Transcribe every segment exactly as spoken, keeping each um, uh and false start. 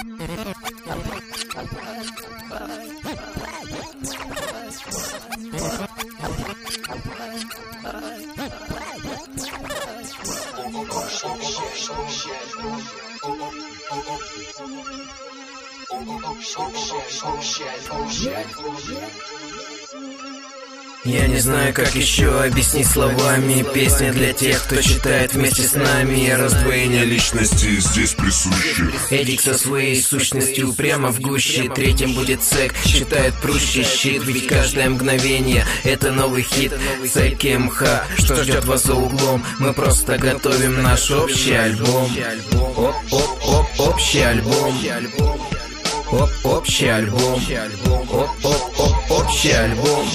Я не знаю, как еще объяснить словами. Песня для тех, кто читает вместе с нами. Раздвоение личности здесь присуще. Эдик со своей сущностью прямо в гуще. Третьим будет Сэк, считает прущий щит. Ведь каждое мгновение — это новый хит. Сэк МХ, что ждет вас за углом? Мы просто готовим наш общий альбом. Оп-оп-оп, общий альбом. Оп, общий альбом. Оп-оп-оп, общий альбом.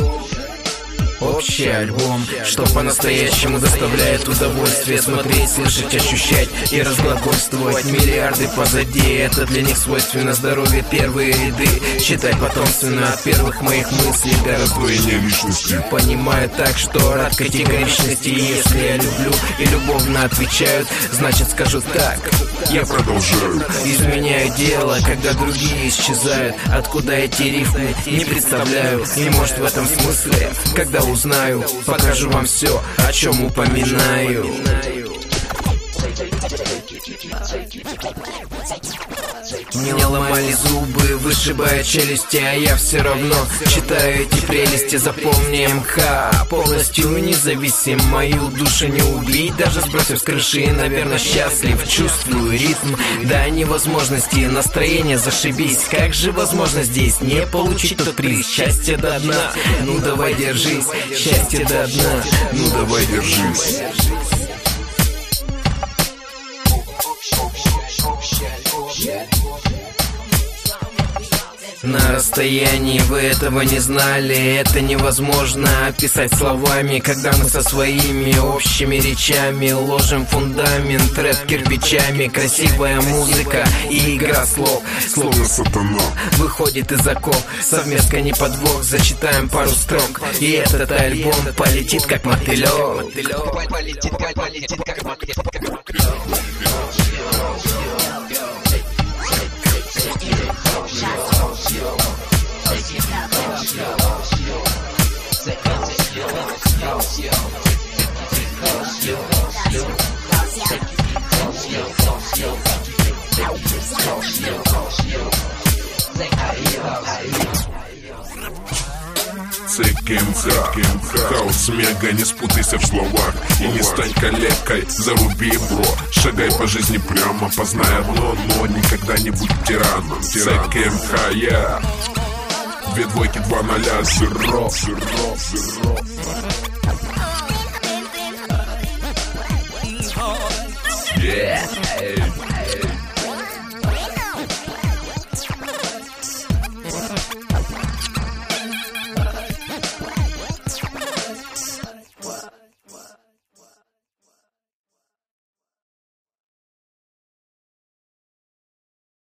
Общий альбом, что по-настоящему доставляет удовольствие смотреть, слышать, ощущать и разглагольствовать. Миллиарды позади, это для них свойственно. Здоровье первые ряды, считай потомственно от первых моих мыслей до раздвоения личности. Понимаю так, что рад категоричности. Если я люблю и любовно отвечают, значит скажу так. Я продолжаю, изменяю дело, когда другие исчезают. Откуда эти рифмы, не представляю. И может в этом смысле, когда узнаю, покажу вам все, о чем упоминаю. Мне ломали зубы, вышибая челюсти, а я все равно читаю эти прелести. Запомни МХ, полностью независим. Мою душу не убить, даже сбросив с крыши. Наверное, счастлив, чувствую ритм до невозможности. Настроение зашибись, как же возможно здесь не получить тот приз? Счастье до дна, ну давай держись. Счастье до дна, ну давай держись. На расстоянии вы этого не знали. Это невозможно описать словами, когда мы со своими общими речами ложим фундамент, рэп кирпичами. Красивая музыка и игра слов, словно сатана выходит из оков. Совместка не подвох, зачитаем пару строк, и этот альбом полетит как мотылёк. Полетит как полетит как мотылёк. Сэк МХ, хаос мега, не спутайся в словах и не стань калекой, заруби, бро. Шагай по жизни прямо, познай одно, но никогда не будь тираном. Сэк МХ, я две двойки, два ноля, зеро, зеро, зеро.